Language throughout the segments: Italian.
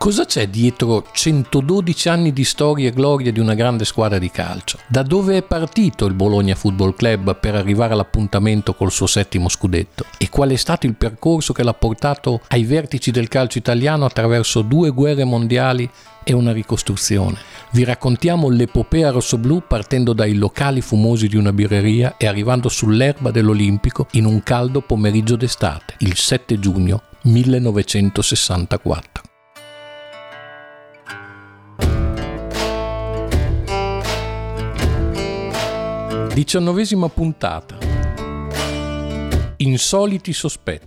Cosa c'è dietro 112 anni di storia e gloria di una grande squadra di calcio? Da dove è partito il Bologna Football Club per arrivare all'appuntamento col suo 7° scudetto? E qual è stato il percorso che l'ha portato ai vertici del calcio italiano attraverso 2 guerre mondiali e una ricostruzione? Vi raccontiamo l'epopea rossoblù partendo dai locali fumosi di una birreria e arrivando sull'erba dell'Olimpico in un caldo pomeriggio d'estate, il 7 giugno 1964. 19ª puntata. Insoliti sospetti.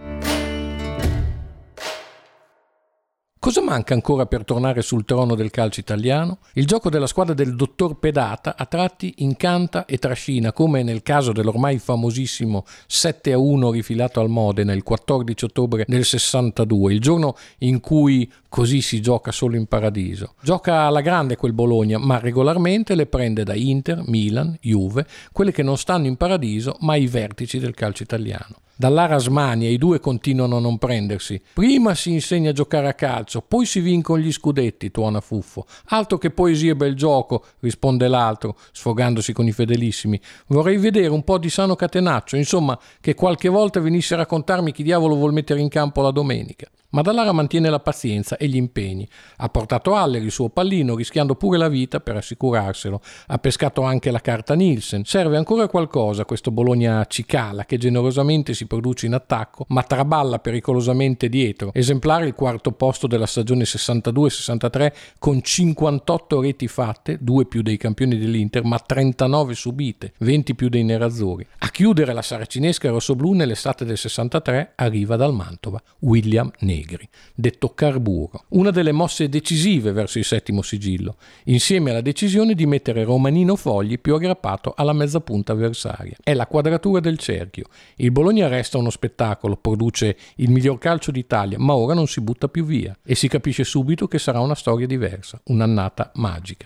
Cosa manca ancora per tornare sul trono del calcio italiano? Il gioco della squadra del dottor Pedata a tratti incanta e trascina, come nel caso dell'ormai famosissimo 7-1 rifilato al Modena il 14 ottobre del 62, il giorno in cui così si gioca solo in paradiso. Gioca alla grande quel Bologna, ma regolarmente le prende da Inter, Milan, Juve, quelle che non stanno in paradiso, ma ai vertici del calcio italiano. Dall'Aras Mania i due continuano a non prendersi. Prima si insegna a giocare a calcio, poi si vincono gli scudetti, tuona Fuffo. Altro che poesia e bel gioco, risponde l'altro, sfogandosi con i fedelissimi. Vorrei vedere un po' di sano catenaccio, insomma, che qualche volta venisse a raccontarmi chi diavolo vuol mettere in campo la domenica. Ma Dallara mantiene la pazienza e gli impegni. Ha portato Haller il suo pallino, rischiando pure la vita per assicurarselo. Ha pescato anche la carta Nielsen. Serve ancora qualcosa questo Bologna cicala che generosamente si produce in attacco, ma traballa pericolosamente dietro. Esemplare il 4° posto della stagione 62-63 con 58 reti fatte, 2 più dei campioni dell'Inter, ma 39 subite, 20 più dei nerazzurri. A chiudere la saracinesca rossoblù nell'estate del 63 arriva dal Mantova William Negri, detto Carburo, una delle mosse decisive verso il 7° sigillo, insieme alla decisione di mettere Romanino Fogli più aggrappato alla mezzapunta avversaria. È la quadratura del cerchio. Il Bologna resta uno spettacolo, produce il miglior calcio d'Italia, ma ora non si butta più via e si capisce subito che sarà una storia diversa, un'annata magica.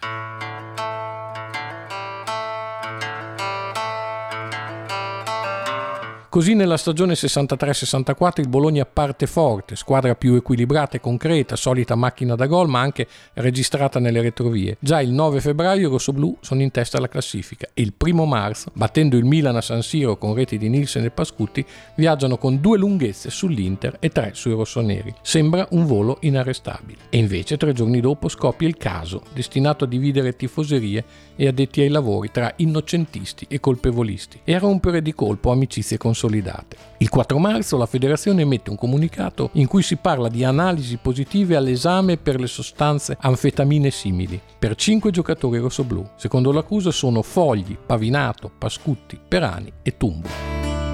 Così nella stagione 63-64 il Bologna parte forte, squadra più equilibrata e concreta, solita macchina da gol ma anche registrata nelle retrovie. Già il 9 febbraio i rossoblù sono in testa alla classifica e il 1 marzo, battendo il Milan a San Siro con reti di Nielsen e Pascutti, viaggiano con 2 lunghezze sull'Inter e 3 sui rossoneri. Sembra un volo inarrestabile. E invece 3 giorni dopo scoppia il caso, destinato a dividere tifoserie e addetti ai lavori tra innocentisti e colpevolisti e a rompere di colpo amicizie consolidate. Il 4 marzo la federazione emette un comunicato in cui si parla di analisi positive all'esame per le sostanze anfetamine simili per 5 giocatori rossoblù. Secondo l'accusa sono Fogli, Pavinato, Pascutti, Perani e Tumbo.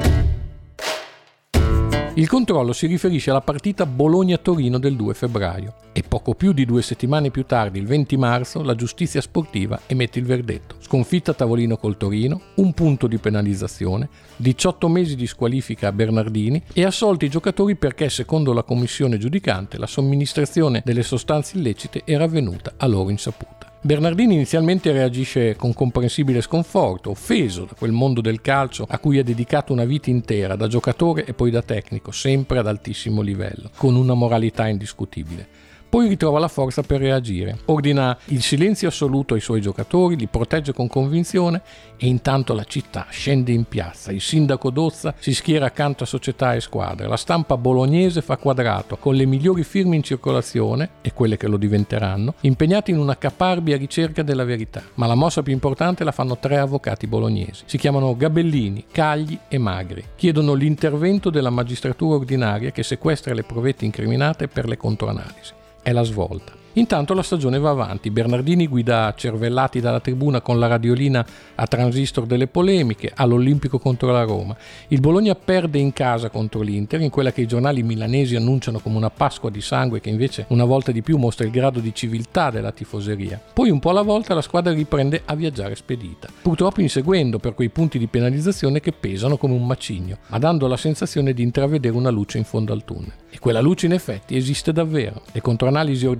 Il controllo si riferisce alla partita Bologna-Torino del 2 febbraio e poco più di 2 settimane più tardi, il 20 marzo, la giustizia sportiva emette il verdetto. Sconfitta a tavolino col Torino, 1 punto di penalizzazione, 18 mesi di squalifica a Bernardini e assolti i giocatori perché, secondo la commissione giudicante, la somministrazione delle sostanze illecite era avvenuta a loro insaputa. Bernardini inizialmente reagisce con comprensibile sconforto, offeso da quel mondo del calcio a cui ha dedicato una vita intera da giocatore e poi da tecnico, sempre ad altissimo livello, con una moralità indiscutibile. Poi ritrova la forza per reagire, ordina il silenzio assoluto ai suoi giocatori, li protegge con convinzione e intanto la città scende in piazza, il sindaco Dozza si schiera accanto a società e squadre, la stampa bolognese fa quadrato con le migliori firme in circolazione e quelle che lo diventeranno, impegnati in una caparbia ricerca della verità. Ma la mossa più importante la fanno 3 avvocati bolognesi, si chiamano Gabellini, Cagli e Magri, chiedono l'intervento della magistratura ordinaria che sequestra le provette incriminate per le controanalisi. È la svolta. Intanto la stagione va avanti, Bernardini guida cervellati dalla tribuna con la radiolina a transistor delle polemiche, all'Olimpico contro la Roma. Il Bologna perde in casa contro l'Inter, in quella che i giornali milanesi annunciano come una Pasqua di sangue che invece una volta di più mostra il grado di civiltà della tifoseria. Poi un po' alla volta la squadra riprende a viaggiare spedita, purtroppo inseguendo per quei punti di penalizzazione che pesano come un macigno, ma dando la sensazione di intravedere una luce in fondo al tunnel. E quella luce in effetti esiste davvero. Le controanalisi ordinate dalla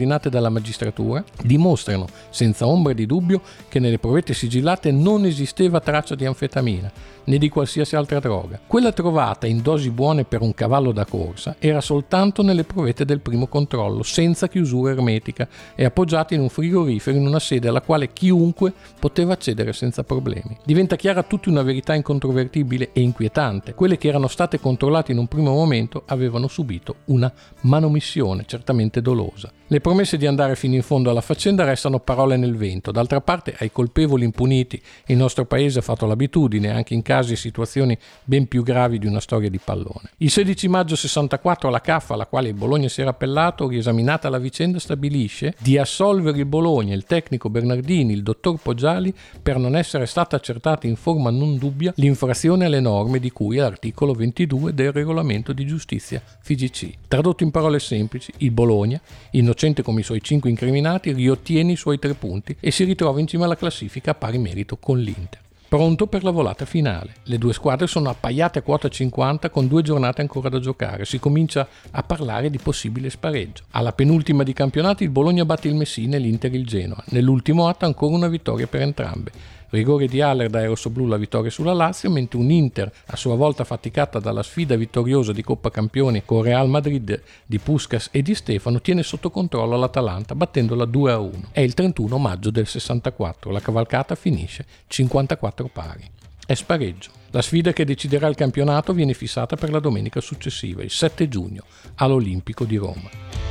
alla magistratura, dimostrano senza ombra di dubbio che nelle provette sigillate non esisteva traccia di anfetamina né di qualsiasi altra droga. Quella trovata in dosi buone per un cavallo da corsa era soltanto nelle provette del primo controllo, senza chiusura ermetica e appoggiata in un frigorifero in una sede alla quale chiunque poteva accedere senza problemi. Diventa chiara a tutti una verità incontrovertibile e inquietante: quelle che erano state controllate in un primo momento avevano subito una manomissione certamente dolosa. Le promesse di andare fino in fondo alla faccenda restano parole nel vento. D'altra parte, ai colpevoli impuniti il nostro paese ha fatto l'abitudine, anche in casi e situazioni ben più gravi di una storia di pallone. Il 16 maggio 64 la CAF, alla quale il Bologna si era appellato, riesaminata la vicenda, stabilisce di assolvere il Bologna, il tecnico Bernardini, il dottor Poggiali, per non essere stata accertata in forma non dubbia l'infrazione alle norme di cui all'articolo 22 del regolamento di giustizia FIGC. Tradotto in parole semplici, il Bologna, innocente come i suoi 5 incriminati, riottiene i suoi 3 punti e si ritrova in cima alla classifica a pari merito con l'Inter. Pronto per la volata finale. Le due squadre sono appaiate a quota 50 con 2 giornate ancora da giocare. Si comincia a parlare di possibile spareggio. Alla penultima di campionato il Bologna batte il Messina e l'Inter il Genoa. Nell'ultimo atto ancora una vittoria per entrambe. Rigore di Haller da rossoblù, la vittoria sulla Lazio, mentre un Inter a sua volta faticata dalla sfida vittoriosa di Coppa Campioni con Real Madrid di Puskás e di Stefano tiene sotto controllo l'Atalanta battendola 2-1. È il 31 maggio del 64, la cavalcata finisce 54 pari. È spareggio. La sfida che deciderà il campionato viene fissata per la domenica successiva, il 7 giugno, all'Olimpico di Roma.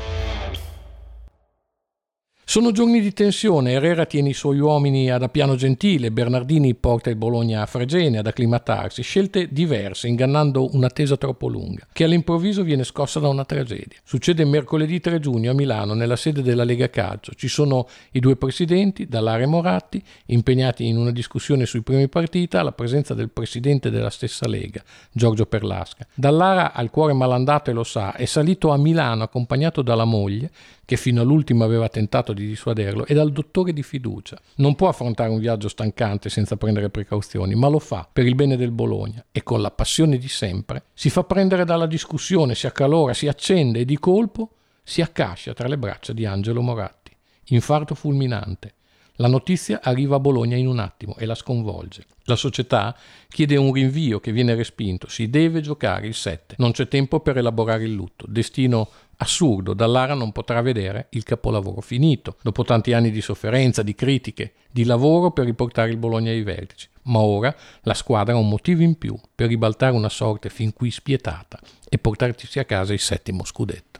Sono giorni di tensione. Herrera tiene i suoi uomini ad Appiano Gentile, Bernardini porta il Bologna a Fregene ad acclimatarsi, scelte diverse, ingannando un'attesa troppo lunga, che all'improvviso viene scossa da una tragedia. Succede mercoledì 3 giugno a Milano, nella sede della Lega Calcio. Ci sono i 2 presidenti, Dall'Ara e Moratti, impegnati in una discussione sui primi partita, alla presenza del presidente della stessa Lega, Giorgio Perlasca. Dall'Ara ha il cuore malandato e lo sa, è salito a Milano accompagnato dalla moglie, che fino all'ultimo aveva tentato di dissuaderlo, e dal dottore di fiducia. Non può affrontare un viaggio stancante senza prendere precauzioni, ma lo fa per il bene del Bologna e con la passione di sempre si fa prendere dalla discussione, si accalora, si accende e di colpo si accascia tra le braccia di Angelo Moratti. Infarto fulminante. La notizia arriva a Bologna in un attimo e la sconvolge. La società chiede un rinvio che viene respinto. Si deve giocare il 7. Non c'è tempo per elaborare il lutto. Destino assurdo. Dall'Ara non potrà vedere il capolavoro finito. Dopo tanti anni di sofferenza, di critiche, di lavoro per riportare il Bologna ai vertici. Ma ora la squadra ha un motivo in più per ribaltare una sorte fin qui spietata e portarsi a casa il 7° scudetto.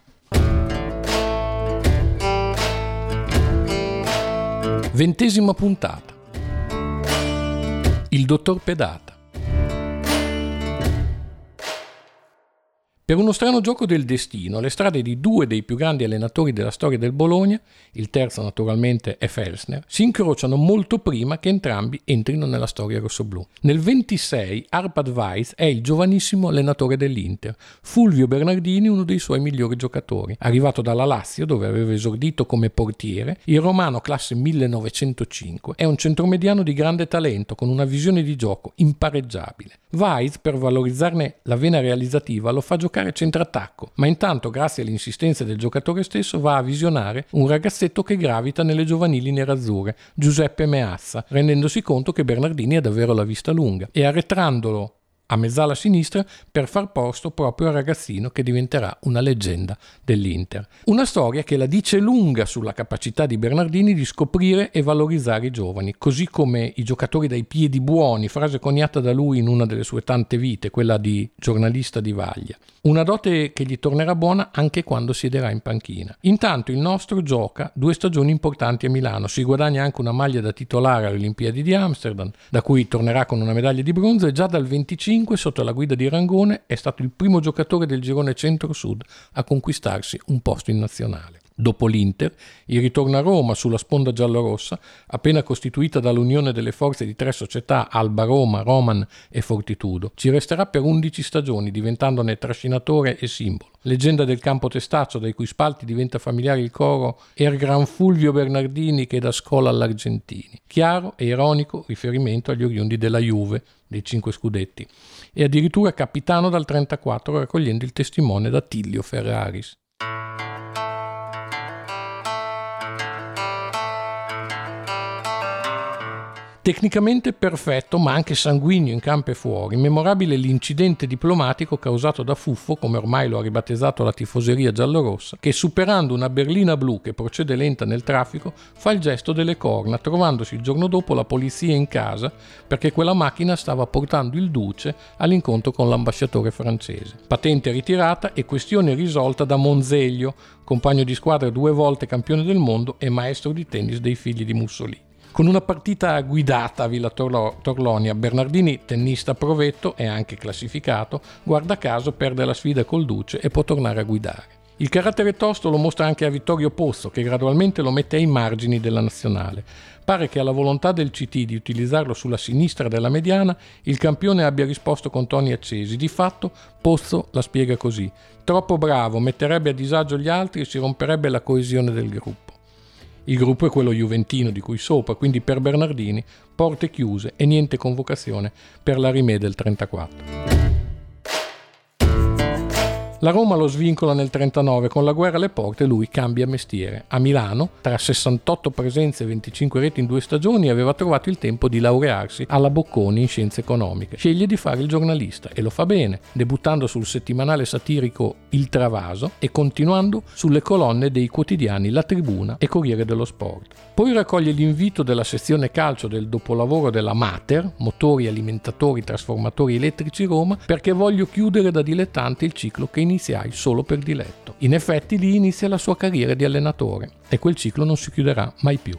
20ª puntata. Il dottor Pedata. Per uno strano gioco del destino, le strade di 2 dei più grandi allenatori della storia del Bologna, il terzo naturalmente è Felsner, si incrociano molto prima che entrambi entrino nella storia rossoblù. Nel 26 Arpad Weiss è il giovanissimo allenatore dell'Inter, Fulvio Bernardini uno dei suoi migliori giocatori. Arrivato dalla Lazio, dove aveva esordito come portiere, il romano classe 1905 è un centromediano di grande talento con una visione di gioco impareggiabile. Weiss, per valorizzarne la vena realizzativa, lo fa giocare centrattacco, ma intanto, grazie alle insistenze del giocatore stesso, va a visionare un ragazzetto che gravita nelle giovanili nerazzurre, Giuseppe Meazza, rendendosi conto che Bernardini ha davvero la vista lunga e arretrandolo a mezzala sinistra per far posto proprio al ragazzino che diventerà una leggenda dell'Inter. Una storia che la dice lunga sulla capacità di Bernardini di scoprire e valorizzare i giovani, così come i giocatori dai piedi buoni, frase coniata da lui in una delle sue tante vite, quella di giornalista di vaglia. Una dote che gli tornerà buona anche quando siederà in panchina. Intanto il nostro gioca 2 stagioni importanti a Milano, si guadagna anche una maglia da titolare alle Olimpiadi di Amsterdam, da cui tornerà con una medaglia di bronzo, e già dal 25, sotto la guida di Rangone, è stato il primo giocatore del girone centro-sud a conquistarsi un posto in nazionale. Dopo l'Inter, il ritorno a Roma sulla sponda giallorossa, appena costituita dall'unione delle forze di 3 società, Alba Roma, Roman e Fortitudo. Ci resterà per 11 stagioni, diventandone trascinatore e simbolo. Leggenda del campo Testaccio, dai cui spalti diventa familiare il coro "Er gran Fulvio Bernardini che da scuola all'Argentini". Chiaro e ironico riferimento agli oriundi della Juve, dei 5 scudetti, e addirittura capitano dal 34, raccogliendo il testimone da Attilio Ferraris. Tecnicamente perfetto, ma anche sanguigno in campo e fuori. Memorabile l'incidente diplomatico causato da Fuffo, come ormai lo ha ribattezzato la tifoseria giallorossa, che superando una berlina blu che procede lenta nel traffico fa il gesto delle corna, trovandosi il giorno dopo la polizia in casa perché quella macchina stava portando il duce all'incontro con l'ambasciatore francese. Patente ritirata e questione risolta da Monzeglio, compagno di squadra 2 volte campione del mondo e maestro di tennis dei figli di Mussolini. Con una partita guidata a Villa Torlonia, Bernardini, tennista provetto e anche classificato, guarda caso perde la sfida col Duce e può tornare a guidare. Il carattere tosto lo mostra anche a Vittorio Pozzo, che gradualmente lo mette ai margini della nazionale. Pare che alla volontà del CT di utilizzarlo sulla sinistra della mediana, il campione abbia risposto con toni accesi. Di fatto, Pozzo la spiega così: troppo bravo, metterebbe a disagio gli altri e si romperebbe la coesione del gruppo. Il gruppo è quello juventino di cui sopra, quindi per Bernardini porte chiuse e niente convocazione per la Rimè del 34. La Roma lo svincola nel 39, con la guerra alle porte lui cambia mestiere. A Milano, tra 68 presenze e 25 reti in 2 stagioni, aveva trovato il tempo di laurearsi alla Bocconi in scienze economiche. Sceglie di fare il giornalista e lo fa bene, debuttando sul settimanale satirico Il Travaso e continuando sulle colonne dei quotidiani La Tribuna e Corriere dello Sport. Poi raccoglie l'invito della sezione calcio del dopolavoro della Mater, motori, alimentatori, trasformatori elettrici Roma, perché voglio chiudere da dilettante il ciclo che iniziai solo per diletto. In effetti lì inizia la sua carriera di allenatore e quel ciclo non si chiuderà mai più.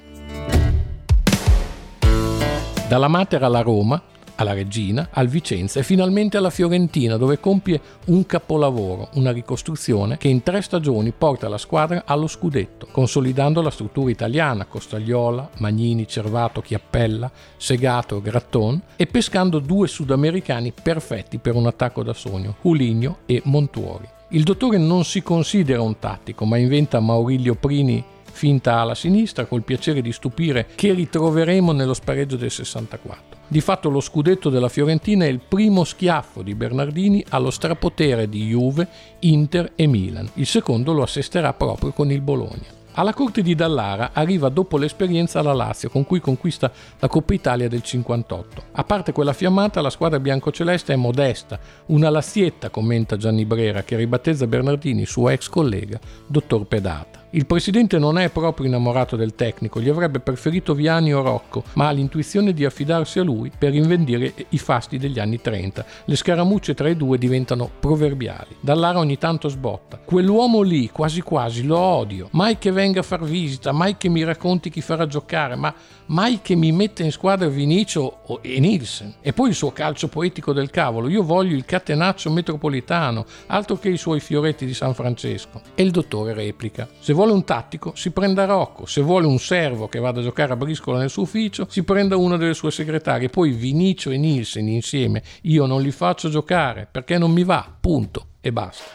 Dalla Mater alla Roma, alla Regina, al Vicenza e finalmente alla Fiorentina, dove compie un capolavoro, una ricostruzione che in 3 stagioni porta la squadra allo scudetto, consolidando la struttura italiana, Costagliola, Magnini, Cervato, Chiappella, Segato, Gratton, e pescando 2 sudamericani perfetti per un attacco da sogno, Julinho e Montuori. Il dottore non si considera un tattico, ma inventa Maurilio Prini finta alla sinistra col piacere di stupire che ritroveremo nello spareggio del 64. Di fatto lo scudetto della Fiorentina è il primo schiaffo di Bernardini allo strapotere di Juve, Inter e Milan. Il secondo lo assesterà proprio con il Bologna. Alla corte di Dallara arriva dopo l'esperienza alla Lazio, con cui conquista la Coppa Italia del 58. A parte quella fiammata, la squadra biancoceleste è modesta, una lazietta, commenta Gianni Brera, che ribattezza Bernardini, suo ex collega, dottor Pedata. Il presidente non è proprio innamorato del tecnico, gli avrebbe preferito Viani o Rocco, ma ha l'intuizione di affidarsi a lui per invertire i fasti degli anni 30. Le scaramucce tra i due diventano proverbiali. Dallara ogni tanto sbotta: quell'uomo lì, quasi quasi, lo odio. Mai che venga a far visita, mai che mi racconti chi farà giocare, ma mai che mi metta in squadra Vinicio e Nielsen. E poi il suo calcio poetico del cavolo: io voglio il catenaccio metropolitano, altro che i suoi fioretti di San Francesco. E il dottore replica: se vuole un tattico si prenda Rocco, se vuole un servo che vada a giocare a briscola nel suo ufficio si prenda una delle sue segretarie. Poi Vinicio e Nielsen insieme io non li faccio giocare perché non mi va, punto e basta.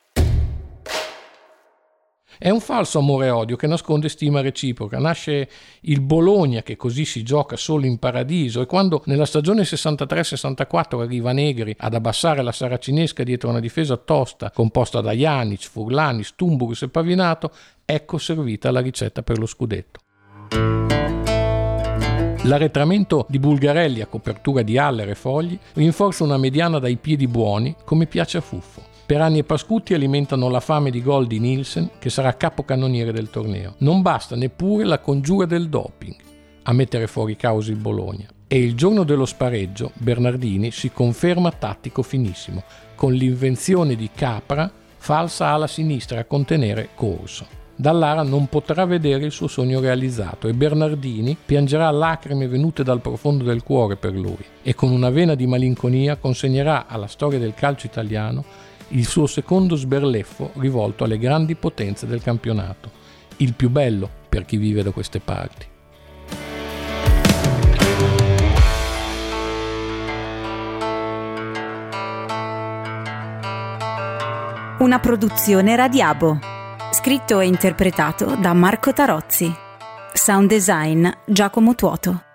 È un falso amore e odio che nasconde stima reciproca. Nasce il Bologna, che così si gioca solo in paradiso, e quando nella stagione 63-64 arriva Negri ad abbassare la saracinesca dietro una difesa tosta composta da Janic, Furlani, Stumburus e Pavinato, ecco servita la ricetta per lo scudetto. L'arretramento di Bulgarelli a copertura di Haller e Fogli rinforza una mediana dai piedi buoni, come piace a Fuffo. Perani e Pascutti alimentano la fame di gol di Nielsen, che sarà capocannoniere del torneo. Non basta neppure la congiura del doping a mettere fuori causa il Bologna. E il giorno dello spareggio Bernardini si conferma tattico finissimo, con l'invenzione di Capra, falsa ala sinistra a contenere Corso. Dallara non potrà vedere il suo sogno realizzato e Bernardini piangerà lacrime venute dal profondo del cuore per lui e con una vena di malinconia consegnerà alla storia del calcio italiano il suo secondo sberleffo rivolto alle grandi potenze del campionato, il più bello per chi vive da queste parti. Una produzione Radiabo, scritto e interpretato da Marco Tarozzi, sound design Giacomo Tuoto.